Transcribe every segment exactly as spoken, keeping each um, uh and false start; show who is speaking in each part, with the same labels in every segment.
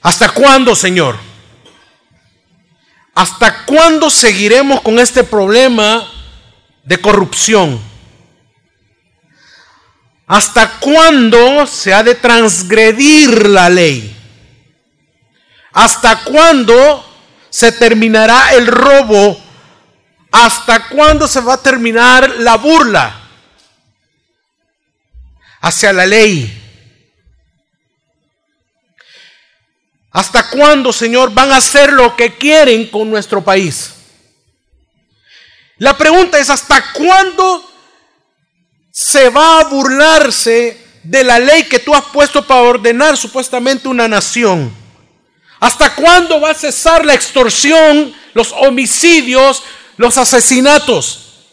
Speaker 1: ¿Hasta cuándo, Señor? ¿Hasta cuándo seguiremos con este problema de corrupción? ¿Hasta cuándo se ha de transgredir la ley? ¿Hasta cuándo se terminará el robo? ¿Hasta cuándo se va a terminar la burla hacia la ley? ¿Hasta cuándo, Señor, van a hacer lo que quieren con nuestro país? La pregunta es, ¿hasta cuándo se va a burlarse de la ley que tú has puesto para ordenar supuestamente una nación? ¿Hasta cuándo va a cesar la extorsión, los homicidios, los asesinatos?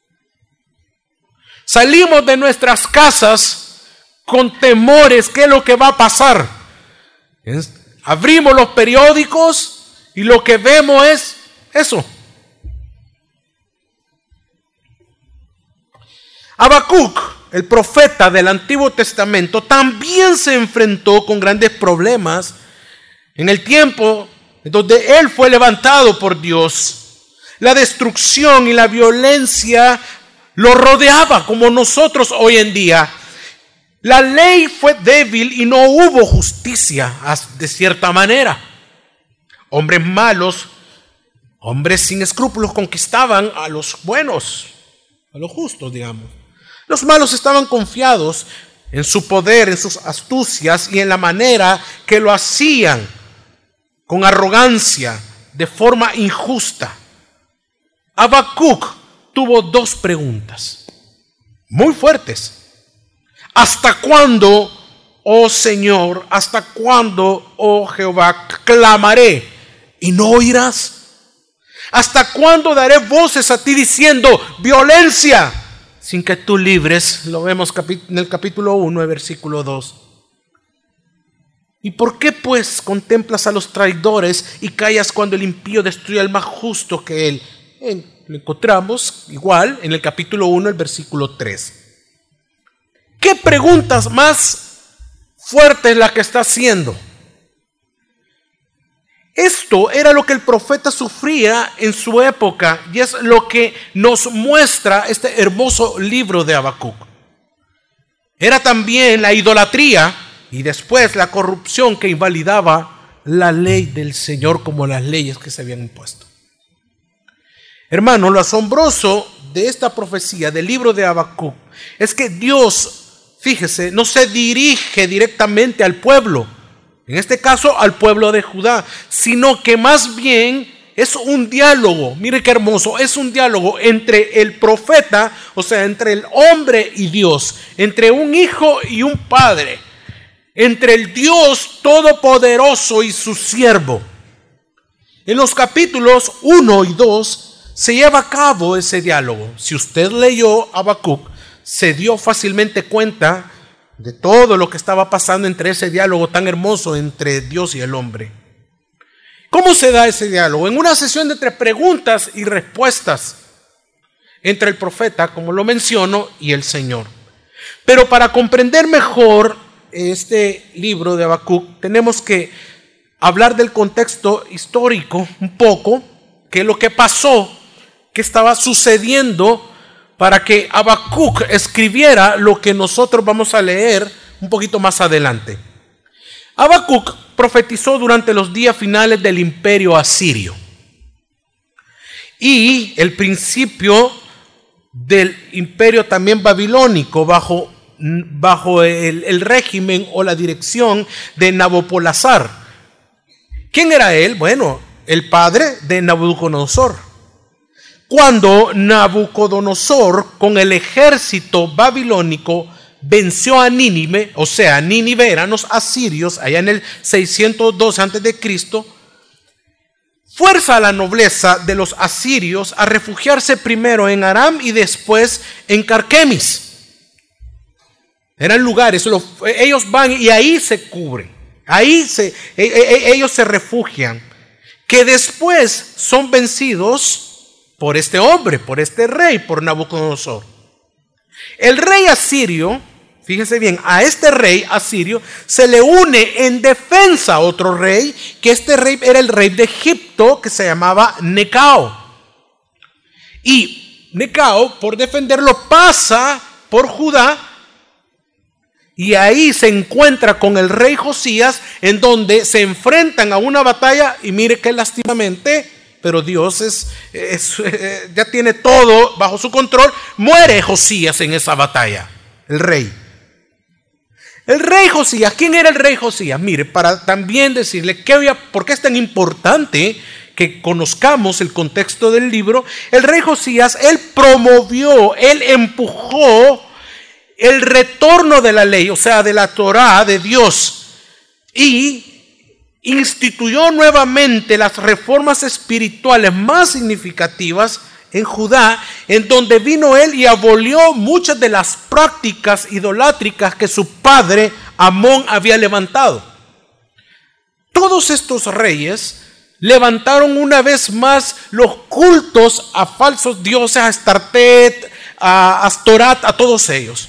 Speaker 1: Salimos de nuestras casas con temores. ¿Qué es lo que va a pasar? Abrimos los periódicos y lo que vemos es eso. Habacuc, el profeta del Antiguo Testamento, también se enfrentó con grandes problemas en el tiempo donde él fue levantado por Dios. La destrucción y la violencia lo rodeaba como nosotros hoy en día. La ley fue débil y no hubo justicia de cierta manera. Hombres malos, hombres sin escrúpulos conquistaban a los buenos, a los justos, digamos. Los malos estaban confiados en su poder, en sus astucias y en la manera que lo hacían con arrogancia, de forma injusta. Habacuc tuvo dos preguntas muy fuertes. ¿Hasta cuándo, oh Señor, hasta cuándo, oh Jehová, clamaré y no oirás? ¿Hasta cuándo daré voces a ti diciendo violencia sin que tú libres? Lo vemos en el capítulo uno, versículo dos. ¿Y por qué pues contemplas a los traidores y callas cuando el impío destruye al más justo que él? En, lo encontramos igual en el capítulo uno, el versículo tres. ¿Qué preguntas más fuertes la que está haciendo? Esto era lo que el profeta sufría en su época y es lo que nos muestra este hermoso libro de Habacuc. Era también la idolatría y después la corrupción que invalidaba la ley del Señor como las leyes que se habían impuesto. Hermano, lo asombroso de esta profecía del libro de Habacuc es que Dios, fíjese, no se dirige directamente al pueblo, en este caso al pueblo de Judá, sino que más bien es un diálogo. Mire qué hermoso, es un diálogo entre el profeta, o sea, entre el hombre y Dios, entre un hijo y un padre, entre el Dios todopoderoso y su siervo. En los capítulos uno y dos se lleva a cabo ese diálogo. Si usted leyó Habacuc, se dio fácilmente cuenta de todo lo que estaba pasando entre ese diálogo tan hermoso entre Dios y el hombre. ¿Cómo se da ese diálogo? En una sesión de entre preguntas y respuestas entre el profeta, como lo menciono, y el Señor. Pero para comprender mejor este libro de Habacuc, tenemos que hablar del contexto histórico un poco, que es lo que pasó, que estaba sucediendo para que Habacuc escribiera lo que nosotros vamos a leer un poquito más adelante. Habacuc profetizó durante los días finales del imperio asirio y el principio del imperio también babilónico bajo, bajo el, el régimen o la dirección de Nabopolassar. ¿Quién era él? Bueno, el padre de Nabucodonosor. Cuando Nabucodonosor con el ejército babilónico venció a Nínive, o sea, Nínive eran los asirios allá en el seiscientos doce antes de Cristo, fuerza a la nobleza de los asirios a refugiarse primero en Aram y después en Carquemis. Eran lugares, los, ellos van y ahí se cubren, ahí se, ellos se refugian, que después son vencidos por este hombre, por este rey, por Nabucodonosor. El rey asirio, fíjese bien, a este rey asirio se le une en defensa otro rey, que este rey era el rey de Egipto, que se llamaba Necao. Y Necao, por defenderlo, pasa por Judá y ahí se encuentra con el rey Josías, en donde se enfrentan a una batalla. Y mire que lastimamente, pero Dios es, es, eh, ya tiene todo bajo su control, muere Josías en esa batalla, el rey. El rey Josías, ¿quién era el rey Josías? Mire, para también decirle que había, por qué es tan importante que conozcamos el contexto del libro. El rey Josías, él promovió, él empujó el retorno de la ley, o sea, de la Torá de Dios, y instituyó nuevamente las reformas espirituales más significativas en Judá, en donde vino él y abolió muchas de las prácticas idolátricas que su padre Amón había levantado. Todos estos reyes levantaron una vez más los cultos a falsos dioses, a Astartet, a Astorat, a todos ellos.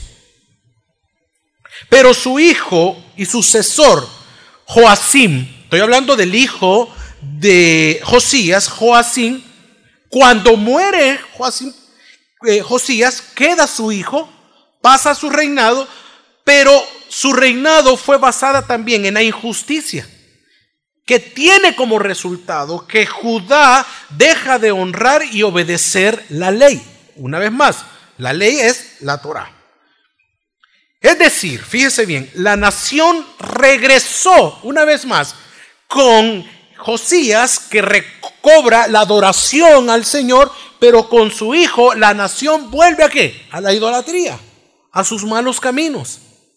Speaker 1: Pero su hijo y sucesor, Joacim, estoy hablando del hijo de Josías, Joacim, cuando muere Joacim, eh, Josías, queda su hijo, pasa su reinado, pero su reinado fue basada también en la injusticia, que tiene como resultado que Judá deja de honrar y obedecer la ley. Una vez más, la ley es la Torá. Es decir, fíjese bien, la nación regresó una vez más con Josías, que recobra la adoración al Señor, pero con su hijo la nación vuelve a ¿qué? A la idolatría, a sus malos caminos.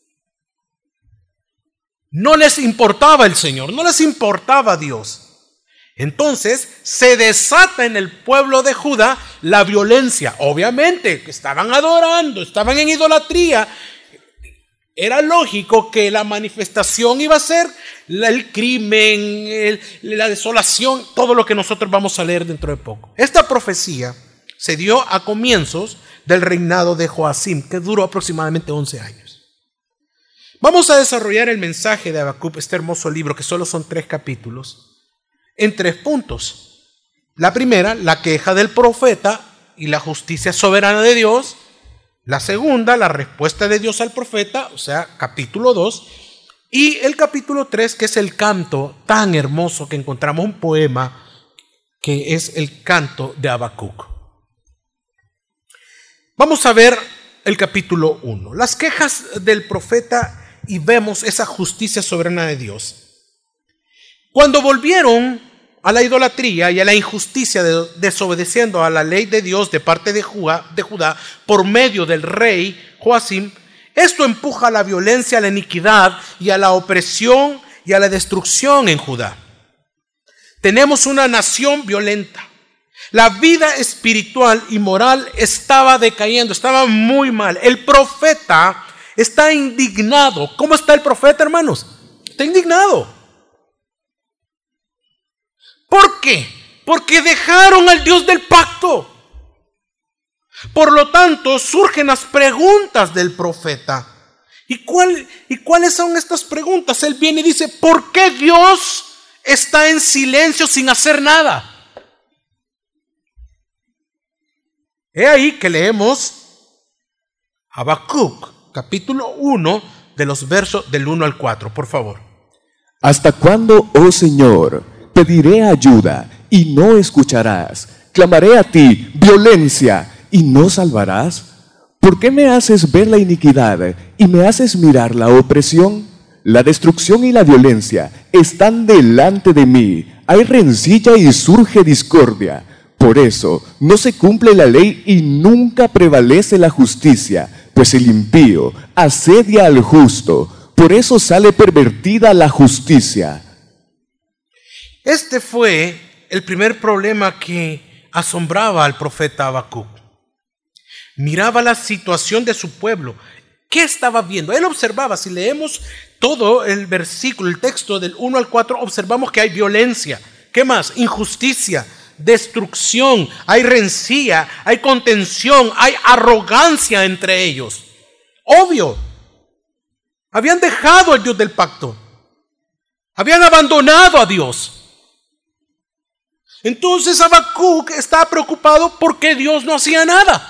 Speaker 1: No les importaba el Señor, no les importaba Dios. Entonces se desata en el pueblo de Judá la violencia. Obviamente que estaban adorando, estaban en idolatría. Era lógico que la manifestación iba a ser el crimen, el, la desolación, todo lo que nosotros vamos a leer dentro de poco. Esta profecía se dio a comienzos del reinado de Joacim, que duró aproximadamente once años. Vamos a desarrollar el mensaje de Habacuc, este hermoso libro, que solo son tres capítulos, en tres puntos. La primera, la queja del profeta y la justicia soberana de Dios. La segunda, la respuesta de Dios al profeta, o sea, capítulo dos. Y el capítulo tres, que es el canto tan hermoso que encontramos, un poema que es el canto de Habacuc. Vamos a ver el capítulo uno. Las quejas del profeta, y vemos esa justicia soberana de Dios. Cuando volvieron a la idolatría y a la injusticia, de, desobedeciendo a la ley de Dios de parte de Judá, de Judá por medio del rey Joacim, esto empuja a la violencia, a la iniquidad y a la opresión y a la destrucción en Judá. Tenemos una nación violenta. La vida espiritual y moral estaba decayendo, estaba muy mal. El profeta está indignado. ¿Cómo está el profeta, hermanos? Está indignado. ¿Por qué? Porque dejaron al Dios del pacto. Por lo tanto, surgen las preguntas del profeta. ¿Y, cuál, ¿Y cuáles son estas preguntas? Él viene y dice, ¿por qué Dios está en silencio sin hacer nada? He ahí que leemos Habacuc, capítulo uno, de los versos del uno al cuatro, por favor.
Speaker 2: ¿Hasta cuándo, oh Señor, pediré ayuda y no escucharás? Clamaré a ti, violencia, y no salvarás. ¿Por qué me haces ver la iniquidad y me haces mirar la opresión? La destrucción y la violencia están delante de mí. Hay rencilla y surge discordia. Por eso no se cumple la ley y nunca prevalece la justicia, pues el impío asedia al justo. Por eso sale pervertida la justicia.
Speaker 1: Este fue el primer problema que asombraba al profeta Habacuc. Miraba la situación de su pueblo. ¿Qué estaba viendo? Él observaba, si leemos todo el versículo, el texto del uno al cuatro, observamos que hay violencia. ¿Qué más? Injusticia, destrucción, hay rencilla, hay contención, hay arrogancia entre ellos. Obvio, Habían dejado al Dios del pacto. Habían abandonado a Dios. Entonces Habacuc estaba preocupado porque Dios no hacía nada.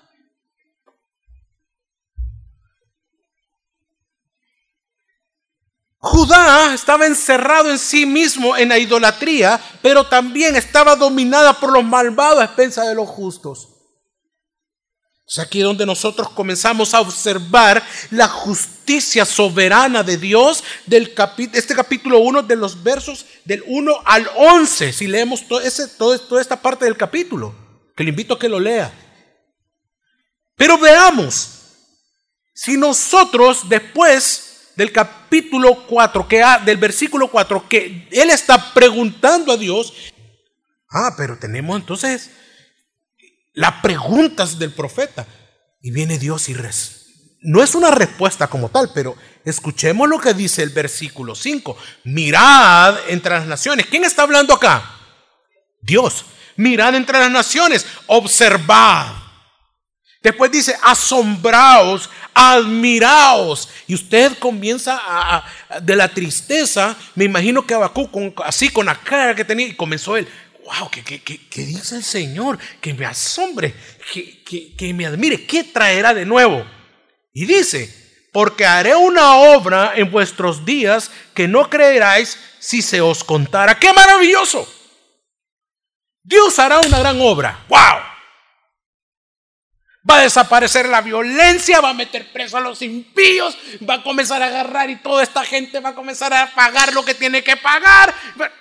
Speaker 1: Judá estaba encerrado en sí mismo en la idolatría, pero también estaba dominada por los malvados a expensas de los justos. Es aquí donde nosotros comenzamos a observar la justicia soberana de Dios del capi- este capítulo uno, de los versos del uno al once. Si leemos todo ese, todo, toda esta parte del capítulo, que le invito a que lo lea. Pero veamos, si nosotros después del capítulo cuatro, que ha, del versículo cuatro, que él está preguntando a Dios, ah, pero tenemos entonces las preguntas del profeta, y viene Dios y res. No es una respuesta como tal, pero escuchemos lo que dice el versículo cinco. Mirad entre las naciones. ¿Quién está hablando acá? Dios. Mirad entre las naciones, observad. Después dice, asombraos, admiraos. Y usted comienza a, a, de la tristeza. Me imagino que Habacuc, con, así con la cara que tenía, y comenzó él. Wow, ¿qué, qué, qué, qué dice el Señor? Que me asombre, que, que, que me admire. ¿Qué traerá de nuevo? Y dice, porque haré una obra en vuestros días que no creeráis si se os contara. ¡Qué maravilloso! Dios hará una gran obra. ¡Wow! Va a desaparecer la violencia, va a meter preso a los impíos, va a comenzar a agarrar y toda esta gente va a comenzar a pagar lo que tiene que pagar.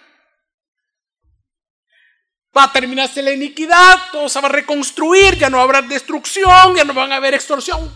Speaker 1: Va a terminarse la iniquidad, todo se va a reconstruir, ya no habrá destrucción, ya no van a haber extorsión.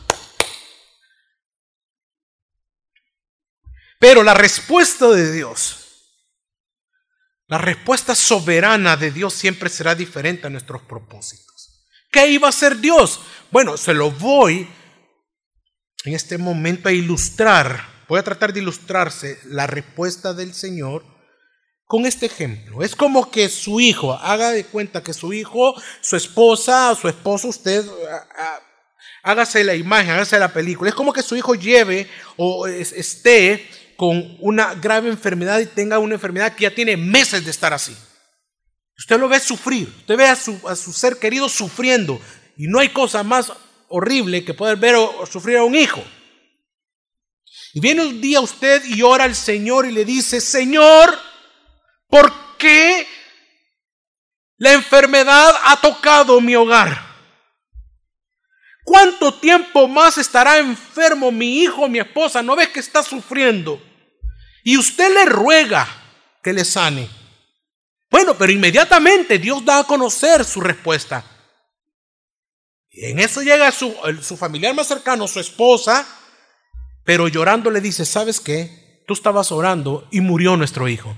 Speaker 1: Pero la respuesta de Dios, la respuesta soberana de Dios siempre será diferente a nuestros propósitos. ¿Qué iba a hacer Dios? Bueno, se lo voy en este momento a ilustrar. Voy a tratar de ilustrarse la respuesta del Señor con este ejemplo. Es como que su hijo, haga de cuenta que su hijo, su esposa, su esposo, usted, hágase la imagen, hágase la película. Es como que su hijo lleve o esté con una grave enfermedad y tenga una enfermedad que ya tiene meses de estar así. Usted lo ve sufrir, usted ve a su, a su ser querido sufriendo, y no hay cosa más horrible que poder ver o, o sufrir a un hijo. Y viene un día usted y ora al Señor y le dice, Señor, ¿por qué la enfermedad ha tocado mi hogar? ¿Cuánto tiempo más estará enfermo mi hijo, mi esposa? ¿No ves que está sufriendo? Y usted le ruega que le sane. Bueno, pero inmediatamente Dios da a conocer su respuesta. Y en eso llega su, su familiar más cercano, su esposa, pero llorando le dice, ¿sabes qué? Tú estabas orando y murió nuestro hijo.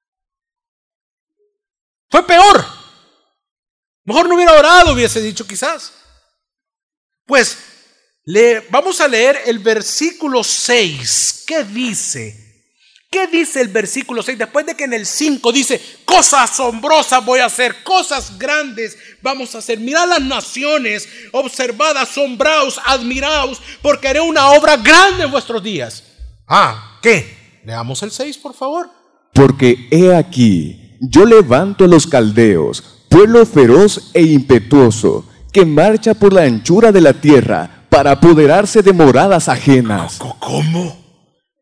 Speaker 1: Fue peor. Mejor no hubiera orado, hubiese dicho quizás. Pues le, vamos a leer el versículo seis. ¿Qué dice? ¿Qué dice el versículo seis? Después de que en el cinco dice, cosas asombrosas voy a hacer, cosas grandes vamos a hacer. Mirad las naciones, observad, asombraos, admiraos, porque haré una obra grande en vuestros días. Ah, ¿qué? Leamos el seis, por favor.
Speaker 2: Porque he aquí, yo levanto a los caldeos, pueblo feroz e impetuoso, que marcha por la anchura de la tierra para apoderarse de moradas ajenas.
Speaker 1: ¿Cómo?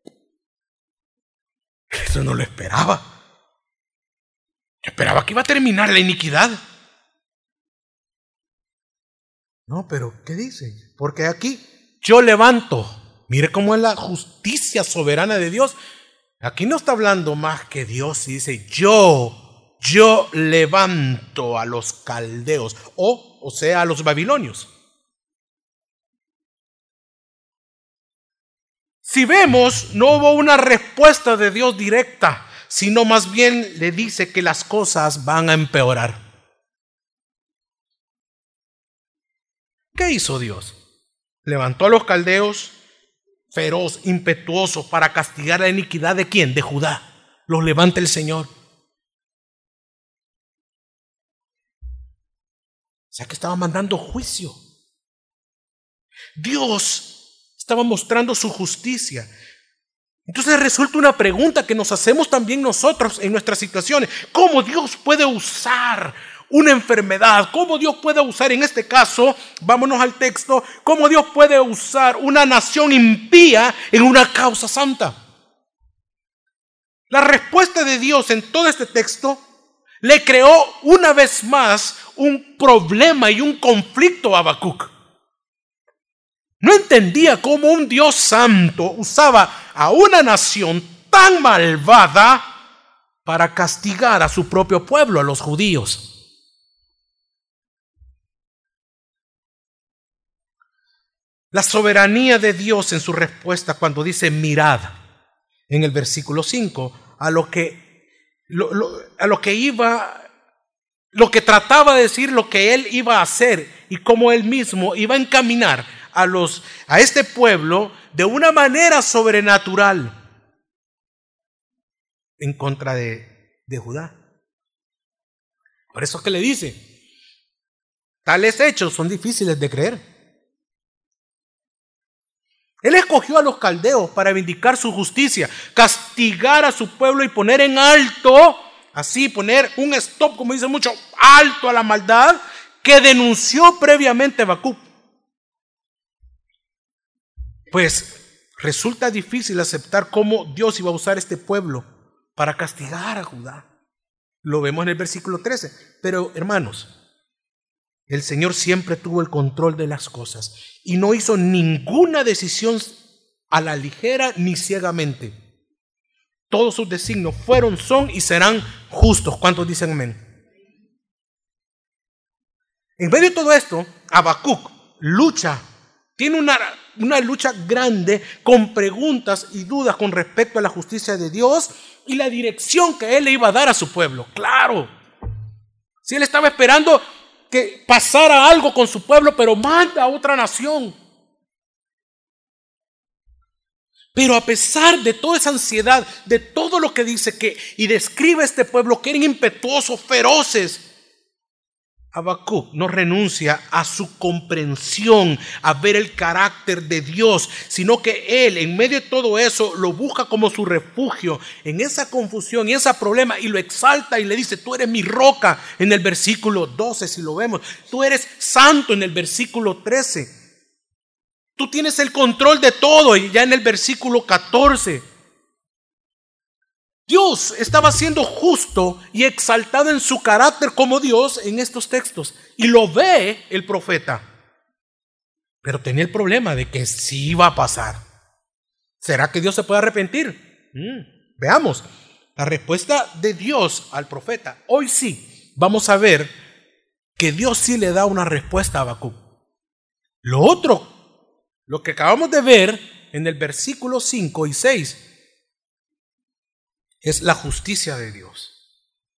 Speaker 1: Eso no lo esperaba. Yo esperaba que iba a terminar la iniquidad. No, pero ¿qué dice? Porque aquí yo levanto. Mire cómo es la justicia soberana de Dios. Aquí no está hablando más que Dios y dice yo, yo levanto a los caldeos, o, o sea, a los babilonios. Si vemos, no hubo una respuesta de Dios directa, sino más bien le dice que las cosas van a empeorar. ¿Qué hizo Dios? Levantó a los caldeos feroz, impetuosos, para castigar la iniquidad de ¿quién? De Judá. Los levanta el Señor. O sea que estaba mandando juicio. Dios Estaba mostrando su justicia. Entonces resulta una pregunta que nos hacemos también nosotros en nuestras situaciones. ¿Cómo Dios puede usar una enfermedad? ¿Cómo Dios puede usar, en este caso, vámonos al texto, cómo Dios puede usar una nación impía en una causa santa? La respuesta de Dios en todo este texto le creó una vez más un problema y un conflicto a Habacuc. No entendía cómo un Dios santo usaba a una nación tan malvada para castigar a su propio pueblo, a los judíos. La soberanía de Dios en su respuesta cuando dice mirad en el versículo cinco a lo que, lo, lo, a lo que iba, lo que trataba de decir, lo que él iba a hacer y cómo él mismo iba a encaminar a, los, a este pueblo de una manera sobrenatural en contra de, de Judá. Por eso es que le dice, tales hechos son difíciles de creer. Él escogió a los caldeos para vindicar su justicia, castigar a su pueblo y poner en alto, así poner un stop, como dice mucho, alto a la maldad que denunció previamente Habacuc. Pues resulta difícil aceptar cómo Dios iba a usar este pueblo para castigar a Judá. Lo vemos en el versículo trece. Pero hermanos, el Señor siempre tuvo el control de las cosas y no hizo ninguna decisión a la ligera ni ciegamente. Todos sus designios fueron, son y serán justos. ¿Cuántos dicen amén? En medio de todo esto, Habacuc lucha, tiene una, una lucha grande con preguntas y dudas con respecto a la justicia de Dios y la dirección que Él le iba a dar a su pueblo. Claro, si Él estaba esperando que pasara algo con su pueblo, pero manda a otra nación. Pero a pesar de toda esa ansiedad, de todo lo que dice que y describe este pueblo que eran impetuosos, feroces, Habacuc no renuncia a su comprensión, a ver el carácter de Dios, sino que él en medio de todo eso lo busca como su refugio en esa confusión y ese problema y lo exalta y le dice, tú eres mi roca en el versículo doce, si lo vemos, tú eres santo en el versículo trece, tú tienes el control de todo y ya en el versículo catorce. Dios estaba siendo justo y exaltado en su carácter como Dios en estos textos. Y lo ve el profeta. Pero tenía el problema de que sí iba a pasar. ¿Será que Dios se puede arrepentir? Mm, veamos. La respuesta de Dios al profeta. Hoy sí vamos a ver que Dios sí le da una respuesta a Habacuc. Lo otro, lo que acabamos de ver en el versículo cinco y seis, es la justicia de Dios.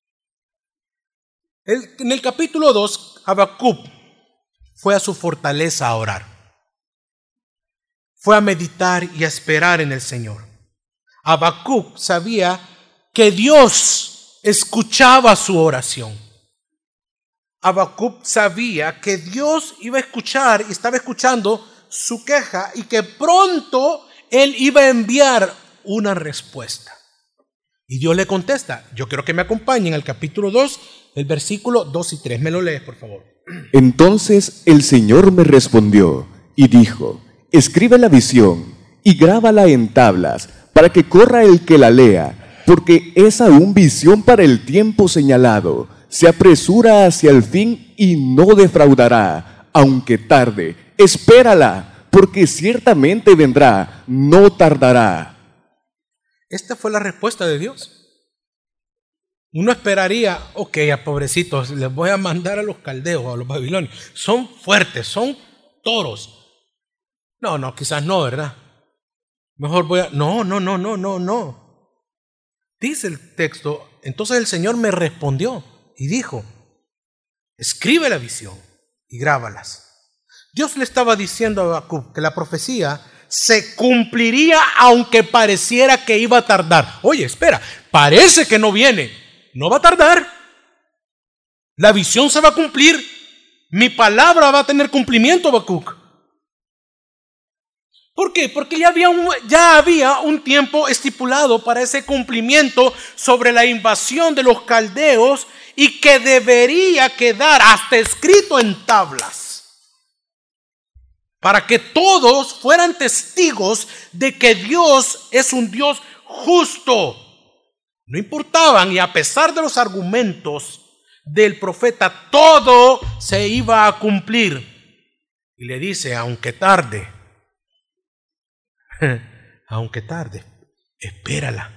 Speaker 1: El, en el capítulo dos, Habacuc fue a su fortaleza a orar. Fue a meditar y a esperar en el Señor. Habacuc sabía que Dios escuchaba su oración. Habacuc sabía que Dios iba a escuchar y estaba escuchando su queja y que pronto Él iba a enviar una respuesta. Y Dios le contesta. Yo quiero que me acompañen al capítulo dos, el versículo dos y tres. ¿Me lo lees, por favor?
Speaker 2: Entonces el Señor me respondió y dijo, escribe la visión y grábala en tablas para que corra el que la lea, porque es aún visión para el tiempo señalado. Se apresura hacia el fin y no defraudará, aunque tarde. Espérala, porque ciertamente vendrá, no tardará.
Speaker 1: Esta fue la respuesta de Dios. Uno esperaría, ok, a pobrecitos, les voy a mandar a los caldeos, a los babilonios. Son fuertes, son toros. No, no, quizás no, ¿verdad? Mejor voy a... No, no, no, no, no, no. Dice el texto, entonces el Señor me respondió y dijo, escribe la visión y grábalas. Dios le estaba diciendo a Habacuc que la profecía se cumpliría aunque pareciera que iba a tardar. Oye, espera, parece que no viene. No va a tardar. La visión se va a cumplir. Mi palabra va a tener cumplimiento, Habacuc. ¿Por qué? Porque ya había, un, ya había un tiempo estipulado para ese cumplimiento sobre la invasión de los caldeos y que debería quedar hasta escrito en tablas para que todos fueran testigos de que Dios es un Dios justo. No importaban, y a pesar de los argumentos del profeta, todo se iba a cumplir. Y le dice, aunque tarde, aunque tarde, espérala.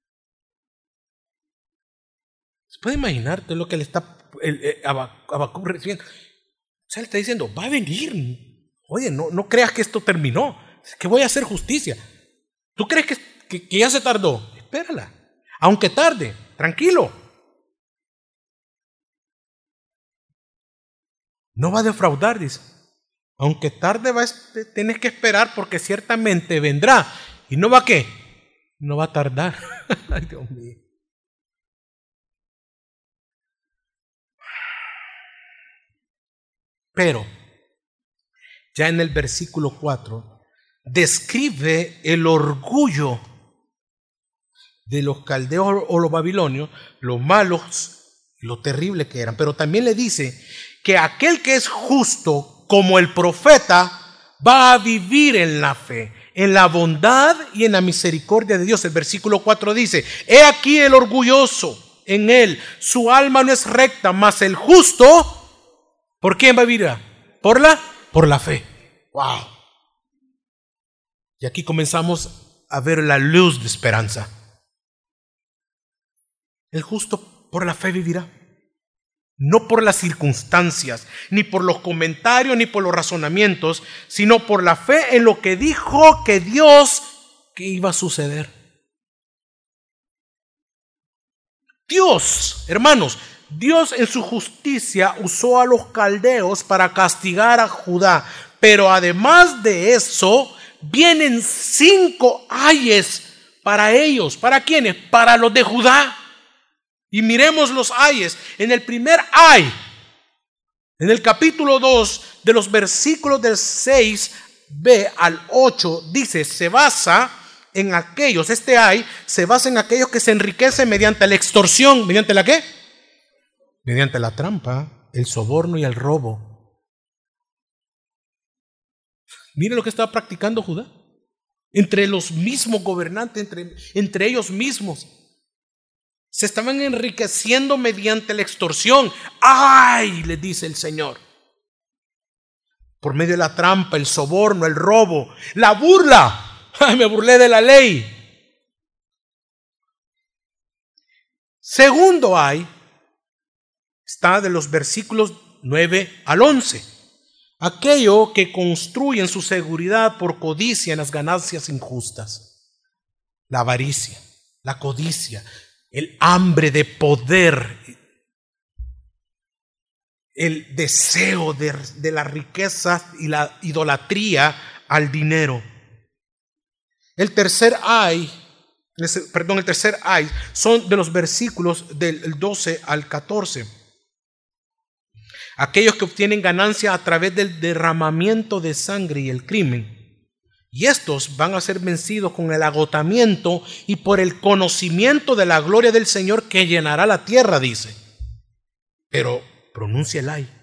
Speaker 1: ¿Se puede imaginarte lo que le está Habacuc recibiendo? O sea, le está diciendo, va a venir. Oye, no, no creas que esto terminó, que voy a hacer justicia. ¿Tú crees que, que, que ya se tardó? Espérala, aunque tarde, tranquilo. No va a defraudar, dice. Aunque tarde, va a, tienes que esperar porque ciertamente vendrá. ¿Y no va a qué? No va a tardar. Ay, Dios mío. Pero, ya en el versículo cuatro, describe el orgullo de los caldeos o los babilonios, lo malos, lo terrible que eran. Pero también le dice que aquel que es justo como el profeta va a vivir en la fe, en la bondad y en la misericordia de Dios. El versículo cuatro dice, he aquí el orgulloso en él, su alma no es recta, mas el justo, ¿por quién va a vivir? Por la, por la fe. Wow. Y aquí comenzamos a ver la luz de esperanza. El justo por la fe vivirá. No por las circunstancias, ni por los comentarios, ni por los razonamientos, sino por la fe en lo que dijo que Dios que iba a suceder. Dios, hermanos, Dios en su justicia usó a los caldeos para castigar a Judá, pero además de eso, vienen cinco ayes para ellos. ¿Para quiénes? Para los de Judá. Y miremos los ayes. En el primer ay, en el capítulo dos, de los versículos del seis b al ocho, dice, se basa en aquellos, este ay, se basa en aquellos que se enriquecen mediante la extorsión. ¿Mediante la qué? Mediante la trampa, el soborno y el robo. Mire lo que estaba practicando Judá. Entre los mismos gobernantes, entre, entre ellos mismos. Se estaban enriqueciendo mediante la extorsión. ¡Ay!, les dice el Señor. Por medio de la trampa, el soborno, el robo, la burla. ¡Ay, me burlé de la ley! Segundo ay, está de los versículos nueve al once. Aquello que construyen su seguridad por codicia en las ganancias injustas. La avaricia, la codicia, el hambre de poder, el deseo de, de la riqueza y la idolatría al dinero. El tercer ay, perdón, el tercer ay son de los versículos del doce al catorce. Aquellos que obtienen ganancia a través del derramamiento de sangre y el crimen. Y estos van a ser vencidos con el agotamiento y por el conocimiento de la gloria del Señor que llenará la tierra, dice. Pero pronuncia el ay.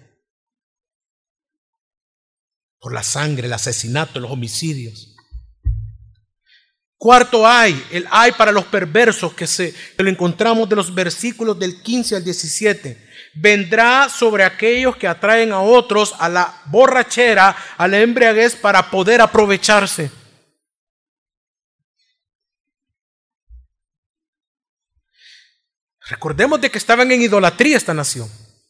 Speaker 1: Por la sangre, el asesinato, los homicidios. Cuarto ay, el ay para los perversos, que, se, que lo encontramos de los versículos del quince al diecisiete. Vendrá sobre aquellos que atraen a otros a la borrachera, a la embriaguez para poder aprovecharse. Recordemos de que estaban en idolatría esta nación.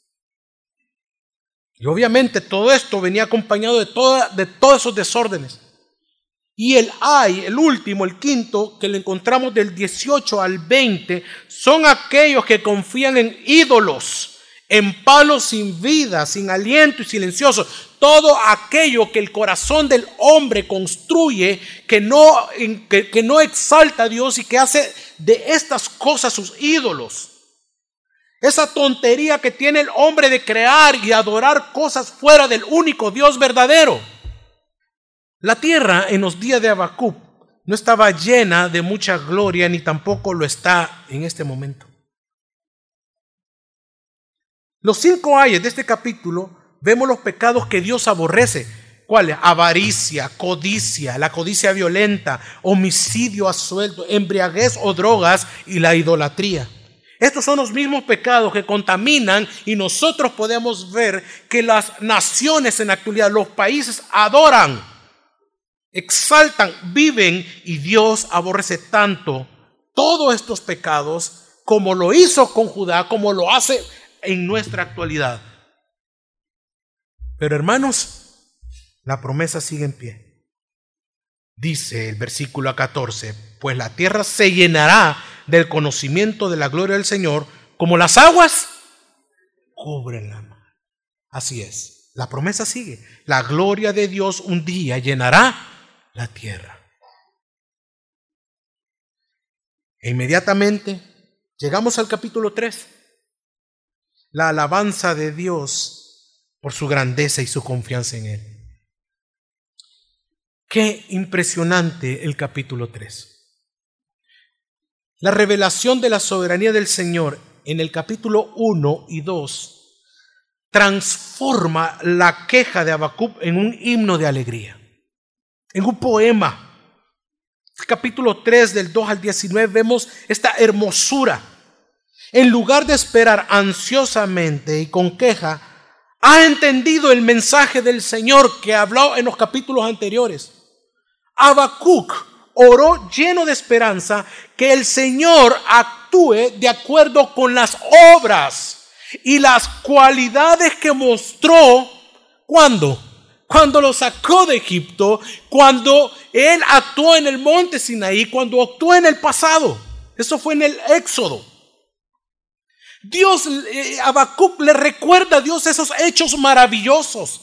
Speaker 1: Y obviamente todo esto venía acompañado de, toda, de todos esos desórdenes. Y el ay, el último, el quinto, que le encontramos del dieciocho al veinte, son aquellos que confían en ídolos, en palos sin vida, sin aliento y silenciosos. Todo aquello que el corazón del hombre construye, que no, que, que no exalta a Dios y que hace de estas cosas sus ídolos. Esa tontería que tiene el hombre de crear y adorar cosas fuera del único Dios verdadero. La tierra en los días de Habacuc no estaba llena de mucha gloria, ni tampoco lo está en este momento. Los cinco ayes de este capítulo vemos los pecados que Dios aborrece. ¿Cuáles? Avaricia, codicia, la codicia violenta, homicidio a sueldo, embriaguez o drogas y la idolatría. Estos son los mismos pecados que contaminan, y nosotros podemos ver que las naciones en la actualidad, los países adoran, exaltan, viven, y Dios aborrece tanto todos estos pecados como lo hizo con Judá, como lo hace en nuestra actualidad. Pero hermanos, la promesa sigue en pie. Dice el versículo catorce, pues la tierra se llenará del conocimiento de la gloria del Señor, como las aguas cubren la mar. Así es, la promesa sigue. La gloria de Dios un día llenará la tierra. E inmediatamente llegamos al capítulo tres. La alabanza de Dios por su grandeza y su confianza en Él. Qué impresionante el capítulo tres. La revelación de la soberanía del Señor en el capítulo uno y dos transforma la queja de Habacuc en un himno de alegría, en un poema. El capítulo tres del dos al diecinueve vemos esta hermosura. En lugar de esperar ansiosamente y con queja, ha entendido el mensaje del Señor que habló en los capítulos anteriores. Habacuc oró lleno de esperanza que el Señor actúe de acuerdo con las obras y las cualidades que mostró. ¿Cuándo? Cuando lo sacó de Egipto, cuando Él actuó en el monte Sinaí, cuando actuó en el pasado. Eso fue en el Éxodo. Dios, eh, Habacuc le recuerda a Dios esos hechos maravillosos.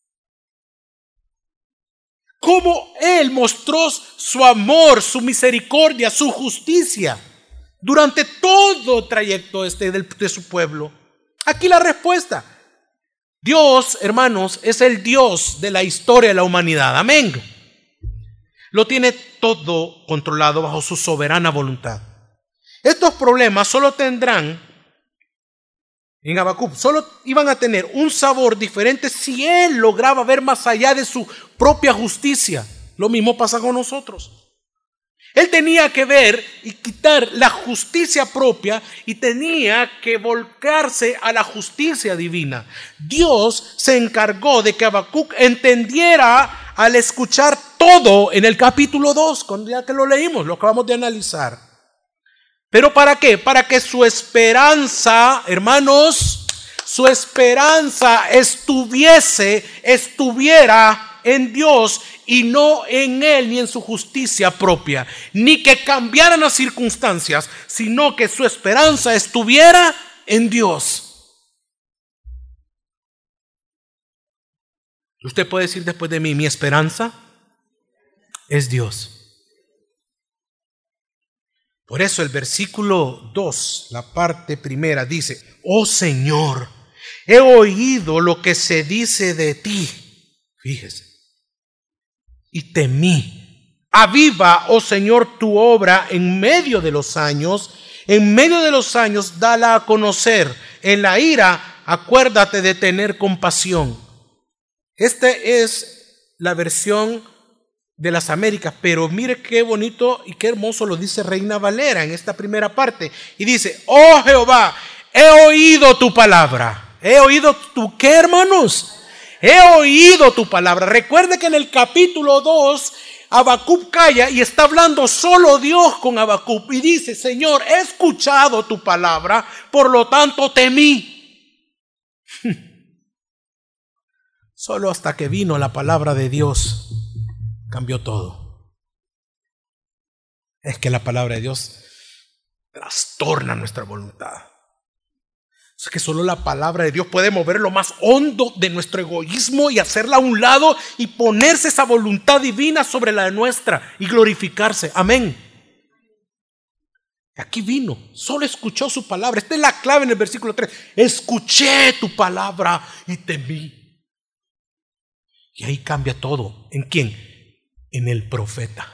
Speaker 1: Cómo Él mostró su amor, su misericordia, su justicia durante todo el trayecto este de, de su pueblo. Aquí la respuesta. Dios, hermanos, es el Dios de la historia de la humanidad. Amén. Lo tiene todo controlado bajo su soberana voluntad. Estos problemas solo tendrán, en Habacuc, solo iban a tener un sabor diferente si Él lograba ver más allá de su propia justicia. Lo mismo pasa con nosotros. Él tenía que ver y quitar la justicia propia y tenía que volcarse a la justicia divina. Dios se encargó de que Habacuc entendiera al escuchar todo en el capítulo dos, cuando ya que lo leímos, lo acabamos de analizar. ¿Pero para qué? Para que su esperanza, hermanos, su esperanza estuviese, estuviera en Dios y no en Él ni en su justicia propia, ni que cambiaran las circunstancias, sino que su esperanza estuviera en Dios. Usted puede decir después de mí, mi esperanza es Dios. Por eso el versículo dos, la parte primera, dice: oh Señor, he oído lo que se dice de ti. Fíjese. Y temí. Aviva, oh Señor, tu obra en medio de los años. En medio de los años, dala a conocer. En la ira, acuérdate de tener compasión. Esta es la versión de las Américas, pero mire qué bonito y qué hermoso lo dice Reina Valera en esta primera parte. Y dice: oh Jehová, he oído tu palabra. ¿He oído tu qué, hermanos? He oído tu palabra. Recuerde que en el capítulo dos, Habacuc calla y está hablando solo Dios con Habacuc. Y dice: Señor, he escuchado tu palabra, por lo tanto temí. Solo hasta que vino la palabra de Dios cambió todo. Es que la palabra de Dios trastorna nuestra voluntad. Es que solo la palabra de Dios puede mover lo más hondo de nuestro egoísmo y hacerla a un lado y ponerse esa voluntad divina sobre la nuestra y glorificarse. Amén. Aquí vino, solo escuchó su palabra. Esta es la clave en el versículo tres. Escuché tu palabra y temí. Y ahí cambia todo. ¿En quién? en el profeta.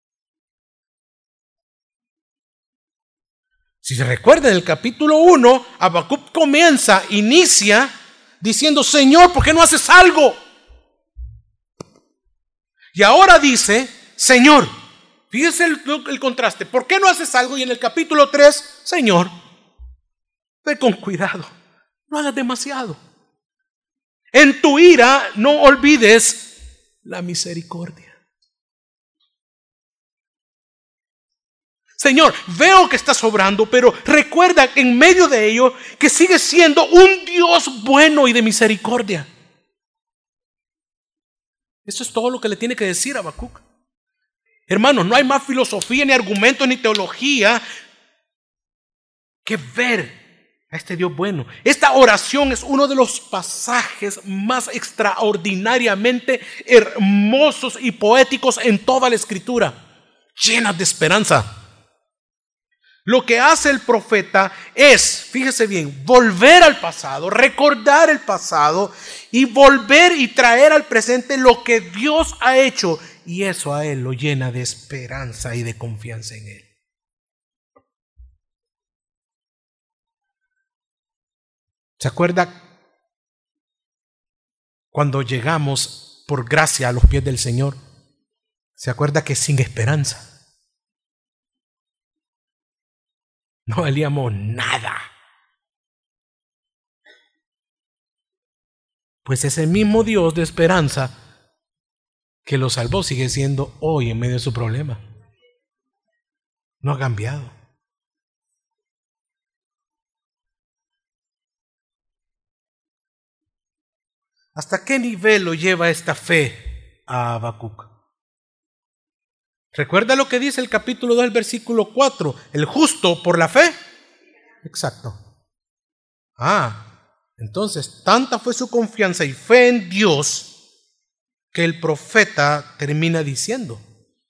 Speaker 1: Si se recuerda, en el capítulo uno, Habacuc comienza, inicia diciendo: Señor, ¿por qué no haces algo? Y ahora dice: Señor, fíjese el, el contraste, ¿por qué no haces algo? Y en el capítulo tres, Señor, ve con cuidado, no hagas demasiado. En tu ira no olvides la misericordia. Señor, veo que estás obrando, pero recuerda en medio de ello que sigues siendo un Dios bueno y de misericordia. Eso es todo lo que le tiene que decir a Habacuc. Hermanos, no hay más filosofía, ni argumento, ni teología que ver a este Dios bueno. Esta oración es uno de los pasajes más extraordinariamente hermosos y poéticos en toda la Escritura, llenas de esperanza. Lo que hace el profeta es, fíjese bien, volver al pasado, recordar el pasado y volver y traer al presente lo que Dios ha hecho. Y eso a él lo llena de esperanza y de confianza en él. ¿Se acuerda cuando llegamos por gracia a los pies del Señor? ¿Se acuerda que sin esperanza no valíamos nada? Pues ese mismo Dios de esperanza que lo salvó sigue siendo hoy en medio de su problema. No ha cambiado. ¿Hasta qué nivel lo lleva esta fe a Habacuc? ¿Recuerda lo que dice el capítulo dos, el versículo cuatro? El justo por la fe. Exacto. Ah, entonces tanta fue su confianza y fe en Dios que el profeta termina diciendo: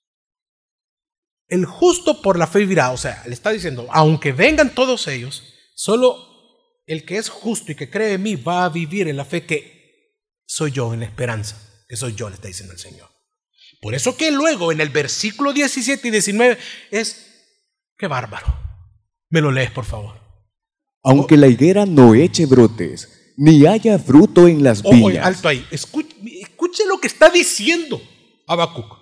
Speaker 1: el justo por la fe vivirá. O sea, le está diciendo, aunque vengan todos ellos, solo el que es justo y que cree en mí va a vivir en la fe que soy yo, en la esperanza que soy yo, le está diciendo el Señor. Por eso que luego en el versículo diecisiete y diecinueve es: qué bárbaro. ¿Me lo lees, por favor?
Speaker 2: Aunque la higuera no eche brotes, ni haya fruto en las viñas.
Speaker 1: Oye, alto ahí. Escuche, escuche lo que está diciendo Habacuc.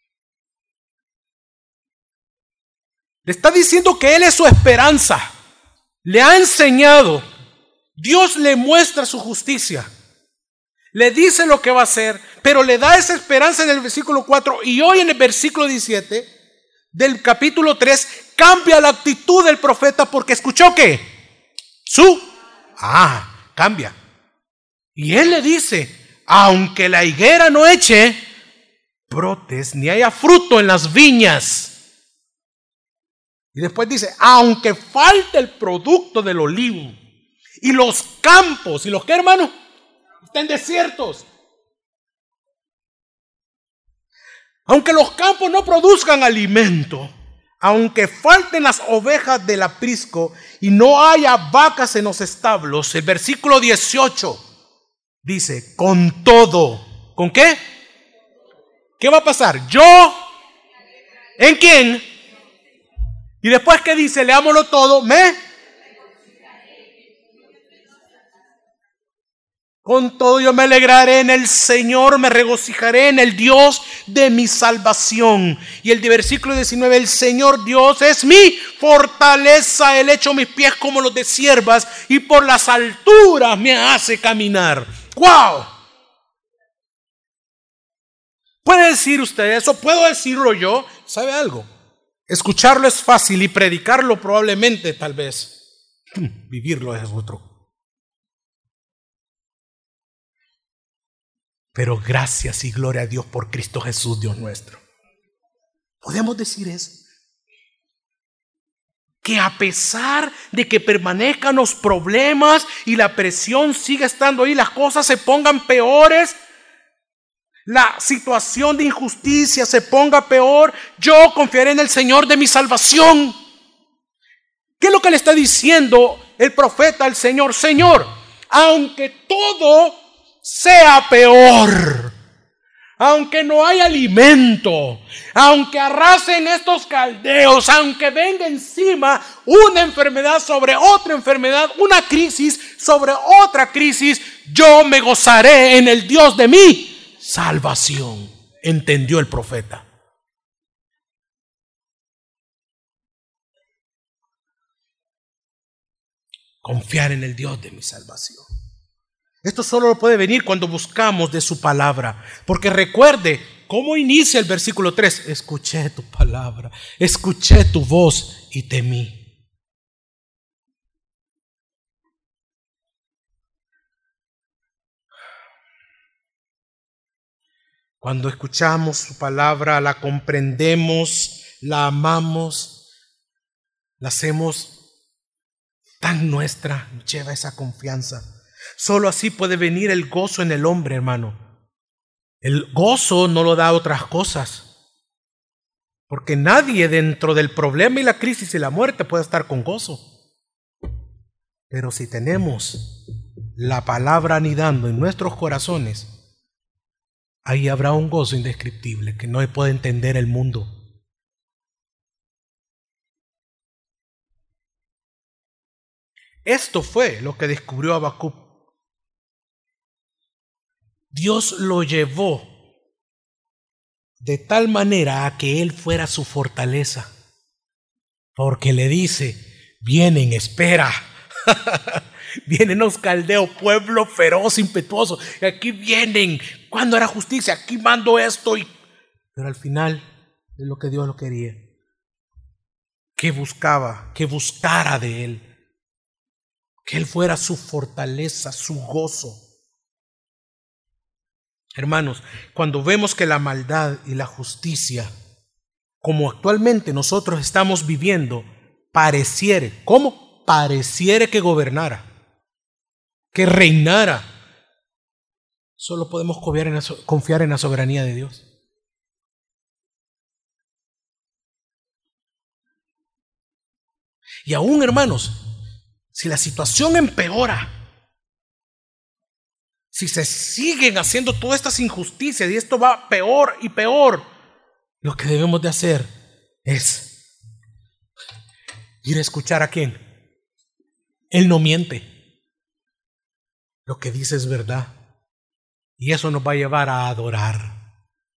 Speaker 1: Le está diciendo que él es su esperanza. Le ha enseñado. Dios le muestra su justicia. Le dice lo que va a hacer, pero le da esa esperanza en el versículo cuatro. Y hoy en el versículo diecisiete del capítulo tres cambia la actitud del profeta porque escuchó que su, ah, cambia. Y él le dice: aunque la higuera no eche brotes, ni haya fruto en las viñas. Y después dice: aunque falte el producto del olivo, y los campos, ¿y los qué, hermano? Estén desiertos. Aunque los campos no produzcan alimento, aunque falten las ovejas del aprisco y no haya vacas en los establos, el versículo dieciocho dice: con todo, ¿con qué? ¿Qué va a pasar? Yo, ¿en quién? Y después que dice, leámoslo todo, me... Con todo yo me alegraré en el Señor, me regocijaré en el Dios de mi salvación. Y el de versículo diecinueve, el Señor Dios es mi fortaleza, Él hecho mis pies como los de siervas y por las alturas me hace caminar. ¡Wow! ¿Puede decir usted eso? ¿Puedo decirlo yo? ¿Sabe algo? Escucharlo es fácil y predicarlo probablemente, tal vez. Vivirlo es otro. Pero gracias y gloria a Dios por Cristo Jesús, Dios nuestro. ¿Podemos decir eso? Que a pesar de que permanezcan los problemas y la presión siga estando ahí, las cosas se pongan peores, la situación de injusticia se ponga peor, yo confiaré en el Señor de mi salvación. ¿Qué es lo que le está diciendo el profeta al Señor? Señor, aunque todo sea peor, aunque no hay alimento, aunque arrasen estos caldeos, aunque venga encima una enfermedad sobre otra enfermedad, una crisis sobre otra crisis, yo me gozaré en el Dios de mi salvación, entendió el profeta. Confiar en el Dios de mi salvación. Esto solo puede venir cuando buscamos de su palabra. Porque recuerde, ¿cómo inicia el versículo tres? Escuché tu palabra, escuché tu voz y temí. Cuando escuchamos su palabra, la comprendemos, la amamos, la hacemos tan nuestra, lleva esa confianza. Solo así puede venir el gozo en el hombre, hermano. El gozo no lo da otras cosas. Porque nadie dentro del problema y la crisis y la muerte puede estar con gozo. Pero si tenemos la palabra anidando en nuestros corazones, ahí habrá un gozo indescriptible que no puede entender el mundo. Esto fue lo que descubrió Habacuc. Dios lo llevó de tal manera a que él fuera su fortaleza. Porque le dice, vienen, espera. Vienen los caldeos, pueblo feroz, impetuoso. Y aquí vienen. ¿Cuándo hará justicia? Aquí mando esto. Y... Pero al final es lo que Dios lo quería. Que buscaba, que buscara de él. Que él fuera su fortaleza, su gozo. Hermanos, cuando vemos que la maldad y la justicia, como actualmente nosotros estamos viviendo, pareciere, ¿cómo? Pareciere que gobernara, que reinara, solo podemos confiar en la, confiar en la soberanía de Dios. Y aún, hermanos, si la situación empeora, si se siguen haciendo todas estas injusticias y esto va peor y peor, lo que debemos de hacer es ir a escuchar a quién. Él no miente. Lo que dice es verdad. Y eso nos va a llevar a adorar,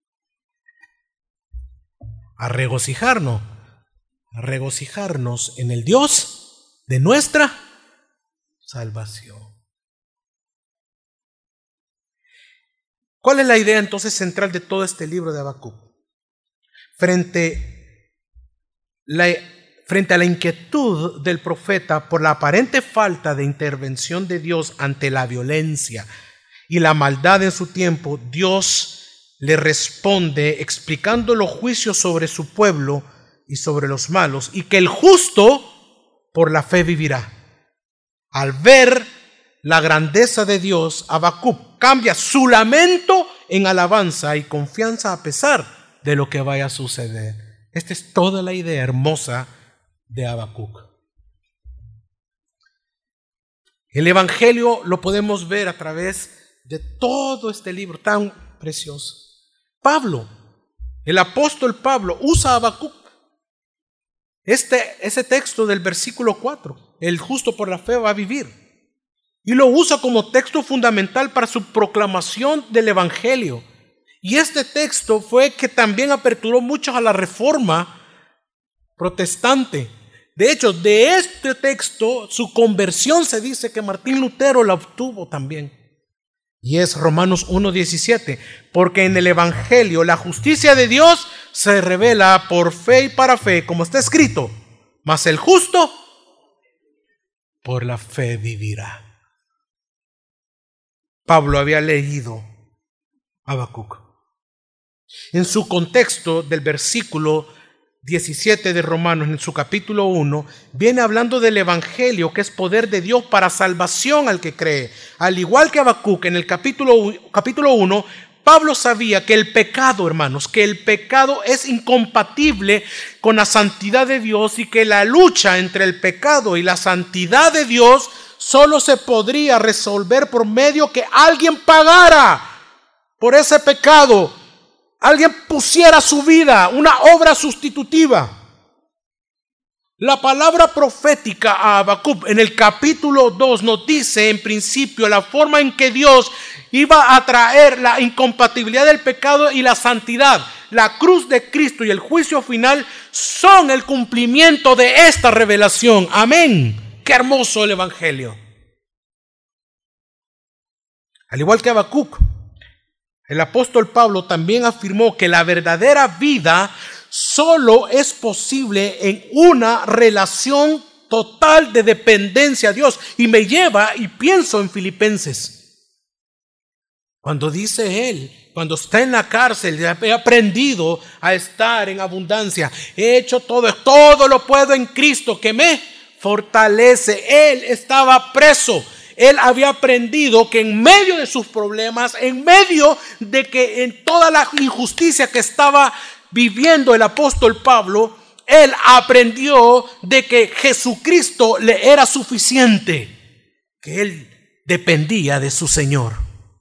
Speaker 1: a regocijarnos, a regocijarnos en el Dios de nuestra salvación. ¿Cuál es la idea entonces central de todo este libro de Habacuc? Frente, la, frente a la inquietud del profeta por la aparente falta de intervención de Dios ante la violencia y la maldad en su tiempo, Dios le responde explicando los juicios sobre su pueblo y sobre los malos, y que el justo por la fe vivirá. Al ver la grandeza de Dios, Habacuc cambia su lamento en alabanza y confianza a pesar de lo que vaya a suceder. Esta es toda la idea hermosa de Habacuc. El Evangelio lo podemos ver a través de todo este libro tan precioso. Pablo, el apóstol Pablo, usa a Habacuc. Este, ese texto del versículo cuatro, el justo por la fe va a vivir. Y lo usa como texto fundamental para su proclamación del Evangelio. Y este texto fue que también aperturó muchos a la reforma protestante. De hecho, de este texto, su conversión se dice que Martín Lutero la obtuvo también. Y es Romanos uno diecisiete. Porque en el Evangelio la justicia de Dios se revela por fe y para fe, como está escrito. Mas el justo por la fe vivirá. Pablo había leído Habacuc. En su contexto del versículo diecisiete de Romanos, en su capítulo uno, viene hablando del Evangelio, que es poder de Dios para salvación al que cree. Al igual que Habacuc, en el capítulo, capítulo uno, Pablo sabía que el pecado, hermanos, que el pecado es incompatible con la santidad de Dios y que la lucha entre el pecado y la santidad de Dios solo se podría resolver por medio que alguien pagara por ese pecado alguien pusiera su vida, una obra sustitutiva. La palabra profética a Habacuc en el capítulo dos nos dice en principio la forma en que Dios iba a traer la incompatibilidad del pecado y la santidad. La cruz de Cristo y el juicio final son el cumplimiento de esta revelación. Amén. Qué hermoso el evangelio. Al igual que Habacuc, el apóstol Pablo también afirmó que la verdadera vida solo es posible en una relación total de dependencia a Dios. Y me lleva y pienso en Filipenses. Cuando dice él, cuando está en la cárcel, he aprendido a estar en abundancia. He hecho todo, todo lo puedo en Cristo que me fortalece. Él estaba preso. Él había aprendido que en medio de sus problemas, en medio de que en toda la injusticia que estaba viviendo el apóstol Pablo, él aprendió de que Jesucristo le era suficiente, que él dependía de su Señor.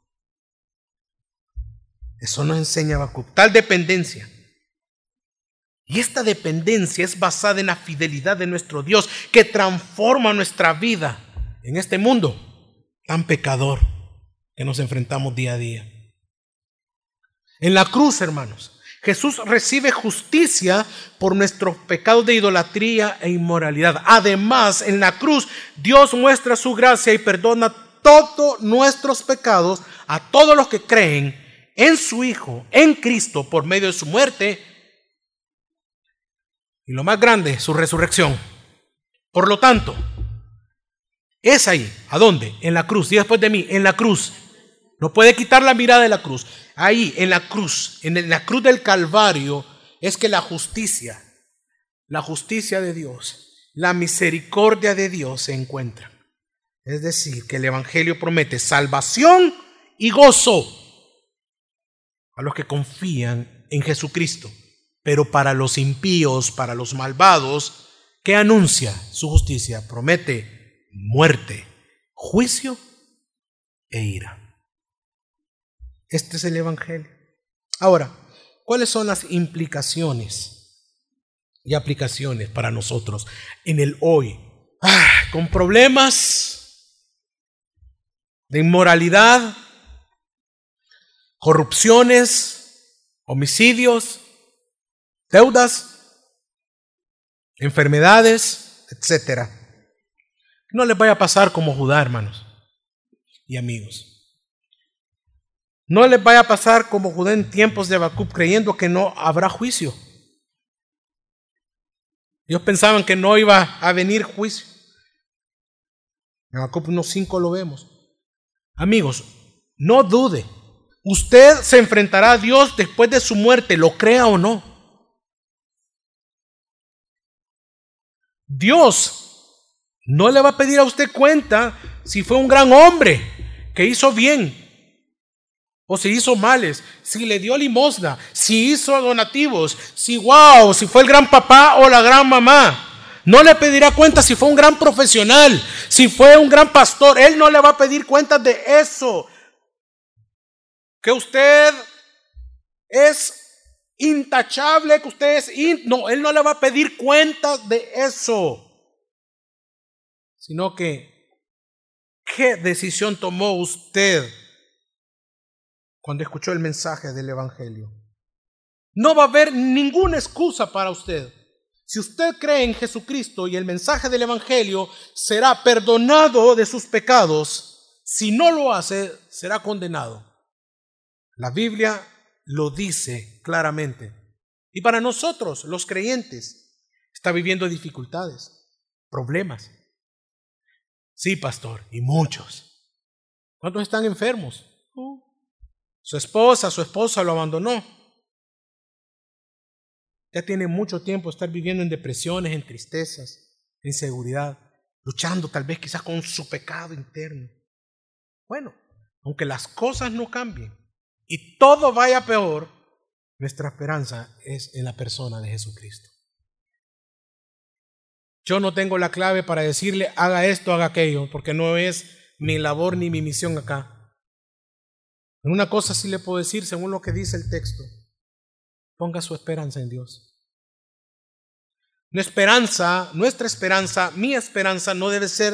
Speaker 1: Eso nos enseña Habacuc, tal dependencia. Y esta dependencia es basada en la fidelidad de nuestro Dios, que transforma nuestra vida en este mundo tan pecador que nos enfrentamos día a día. En la cruz, hermanos, Jesús recibe justicia por nuestros pecados de idolatría e inmoralidad. Además, en la cruz, Dios muestra su gracia y perdona todos nuestros pecados a todos los que creen en su Hijo, en Cristo, por medio de su muerte y lo más grande, su resurrección. Por lo tanto, es ahí, ¿a dónde? En la cruz, y después de mí, en la cruz. No puede quitar la mirada de la cruz. Ahí, en la cruz, en la cruz del Calvario, es que la justicia, la justicia de Dios, la misericordia de Dios se encuentra. Es decir, que el Evangelio promete salvación y gozo a los que confían en Jesucristo. Pero para los impíos, para los malvados, ¿qué anuncia su justicia? Promete muerte, juicio e ira. Este es el Evangelio. Ahora, ¿cuáles son las implicaciones y aplicaciones para nosotros en el hoy? Ah, con problemas de inmoralidad, corrupciones, homicidios, deudas, enfermedades, etcétera. No les vaya a pasar como Judá, hermanos y amigos. No les vaya a pasar como Judá en tiempos de Habacuc, creyendo que no habrá juicio. Ellos pensaban que no iba a venir juicio. En Habacuc uno cinco lo vemos. Amigos, no dude. Usted se enfrentará a Dios después de su muerte, lo crea o no. Dios no le va a pedir a usted cuenta si fue un gran hombre que hizo bien o si hizo males, si le dio limosna, si hizo donativos, si wow, si fue el gran papá o la gran mamá. No le pedirá cuenta si fue un gran profesional, si fue un gran pastor. Él no le va a pedir cuentas de eso. Que usted es intachable, que usted es... In... No, Él no le va a pedir cuentas de eso. Sino que, ¿qué decisión tomó usted cuando escuchó el mensaje del Evangelio? No va a haber ninguna excusa para usted. Si usted cree en Jesucristo y el mensaje del Evangelio, será perdonado de sus pecados. Si no lo hace, será condenado. La Biblia lo dice claramente. Y para nosotros, los creyentes, está viviendo dificultades, problemas. Sí, pastor, y muchos. ¿Cuántos están enfermos? Uh, su esposa, su esposa lo abandonó. Ya tiene mucho tiempo estar viviendo en depresiones, en tristezas, en inseguridad, luchando tal vez quizás con su pecado interno. Bueno, aunque las cosas no cambien y todo vaya peor, nuestra esperanza es en la persona de Jesucristo. Yo no tengo la clave para decirle haga esto, haga aquello, porque no es mi labor ni mi misión acá. Una cosa sí le puedo decir según lo que dice el texto. ponga su esperanza en Dios. Nuestra esperanza, nuestra esperanza, mi esperanza no debe ser,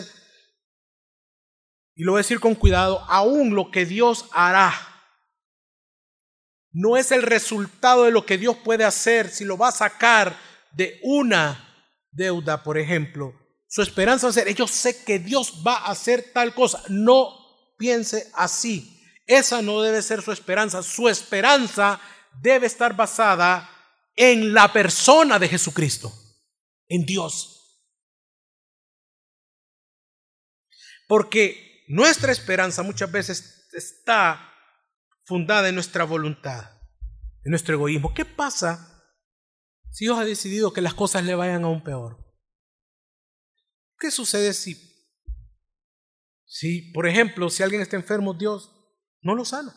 Speaker 1: y lo voy a decir con cuidado, aún lo que Dios hará. No es el resultado de lo que Dios puede hacer, si lo va a sacar de una deuda, por ejemplo. Su esperanza va a ser, yo sé que Dios va a hacer tal cosa. No piense así. Esa no debe ser su esperanza. Su esperanza debe estar basada en la persona de Jesucristo, en Dios. Porque nuestra esperanza muchas veces está fundada en nuestra voluntad, en nuestro egoísmo. ¿Qué pasa si Dios ha decidido que las cosas le vayan aún peor? ¿Qué sucede si, si, por ejemplo, si alguien está enfermo, Dios no lo sana?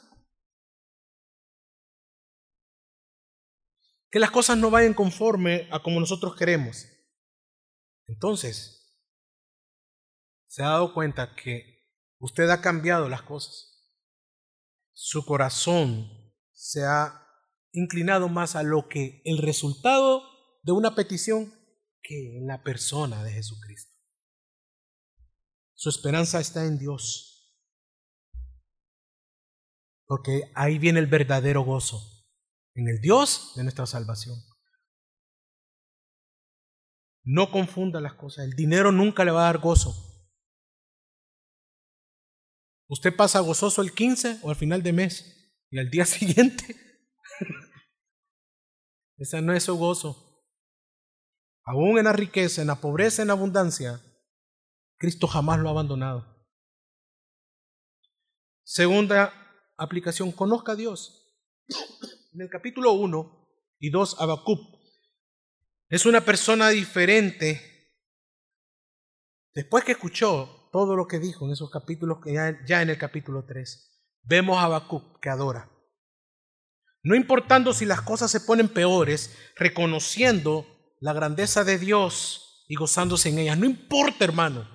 Speaker 1: Que las cosas no vayan conforme a como nosotros queremos. Entonces, se ha dado cuenta que usted ha cambiado las cosas. Su corazón se ha inclinado más a lo que el resultado de una petición que en la persona de Jesucristo. Su esperanza está en Dios, porque ahí viene el verdadero gozo, en el Dios de nuestra salvación. No confunda las cosas, el dinero nunca le va a dar gozo. Usted pasa gozoso el quince o al final de mes y al día siguiente. Ese no es su gozo. Aún en la riqueza, en la pobreza, en la abundancia, Cristo jamás lo ha abandonado. Segunda aplicación, conozca a Dios. En el capítulo uno y dos, Habacuc es una persona diferente. Después que escuchó todo lo que dijo en esos capítulos, que ya, ya en el capítulo tres, vemos a Habacuc que adora. No importando si las cosas se ponen peores, reconociendo la grandeza de Dios y gozándose en ellas. No importa, hermano.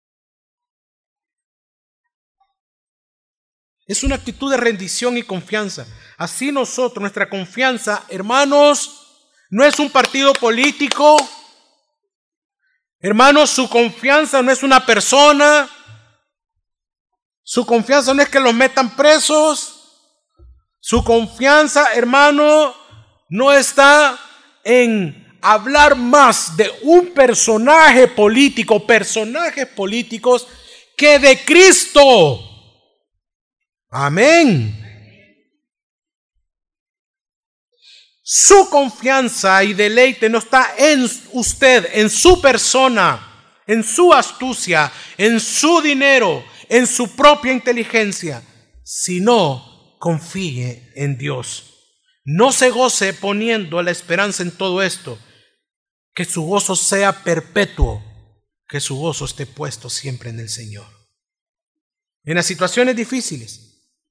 Speaker 1: Es una actitud de rendición y confianza. Así nosotros, nuestra confianza, hermanos, no es un partido político. Hermanos, su confianza no es una persona. Su confianza no es que los metan presos. Su confianza, hermano, no está en hablar más de un personaje político, personajes políticos, que de Cristo. Amén. Su confianza y deleite no está en usted, en su persona, en su astucia, en su dinero, en su propia inteligencia, sino confíe en Dios. No se goce poniendo la esperanza en todo esto. Que su gozo sea perpetuo, que su gozo esté puesto siempre en el Señor. En las situaciones difíciles,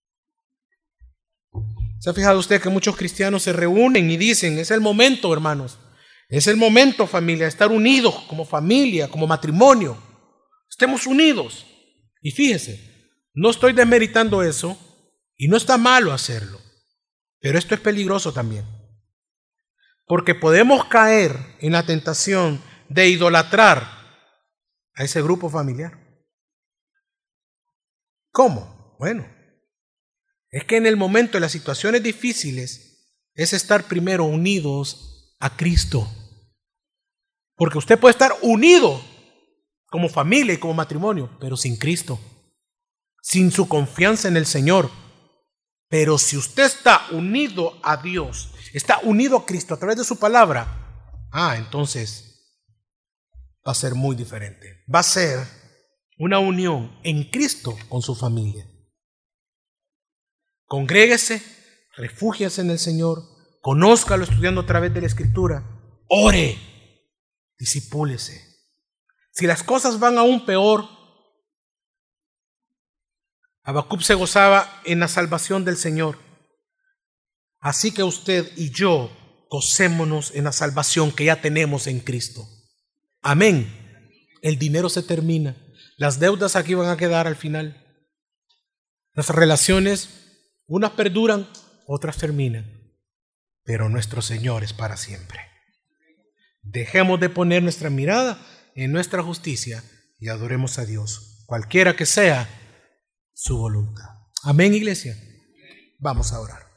Speaker 1: ¿se ha fijado usted que muchos cristianos se reúnen y dicen, es el momento, hermanos, es el momento, familia, de estar unidos como familia, como matrimonio, estemos unidos? Y fíjese, no estoy desmeritando eso y no está malo hacerlo, pero esto es peligroso también, porque podemos caer en la tentación de idolatrar a ese grupo familiar. ¿Cómo? Bueno, es que en el momento de las situaciones difíciles es estar primero unidos a Cristo. Porque usted puede estar unido como familia y como matrimonio, pero sin Cristo, sin su confianza en el Señor. Pero si usted está unido a Dios, está unido a Cristo a través de su palabra, ah, entonces va a ser muy diferente. Va a ser una unión en Cristo con su familia. Congréguese, refúgiese en el Señor, conózcalo estudiando a través de la Escritura, ore, disipúlese. Si las cosas van aún peor, Habacuc se gozaba en la salvación del Señor. Así que usted y yo gocémonos en la salvación que ya tenemos en Cristo. Amén. El dinero se termina. Las deudas aquí van a quedar al final. Las relaciones, unas perduran, otras terminan. pero nuestro Señor es para siempre. Dejemos de poner nuestra mirada en nuestra justicia y adoremos a Dios, cualquiera que sea su voluntad. Amén, iglesia. Vamos a orar.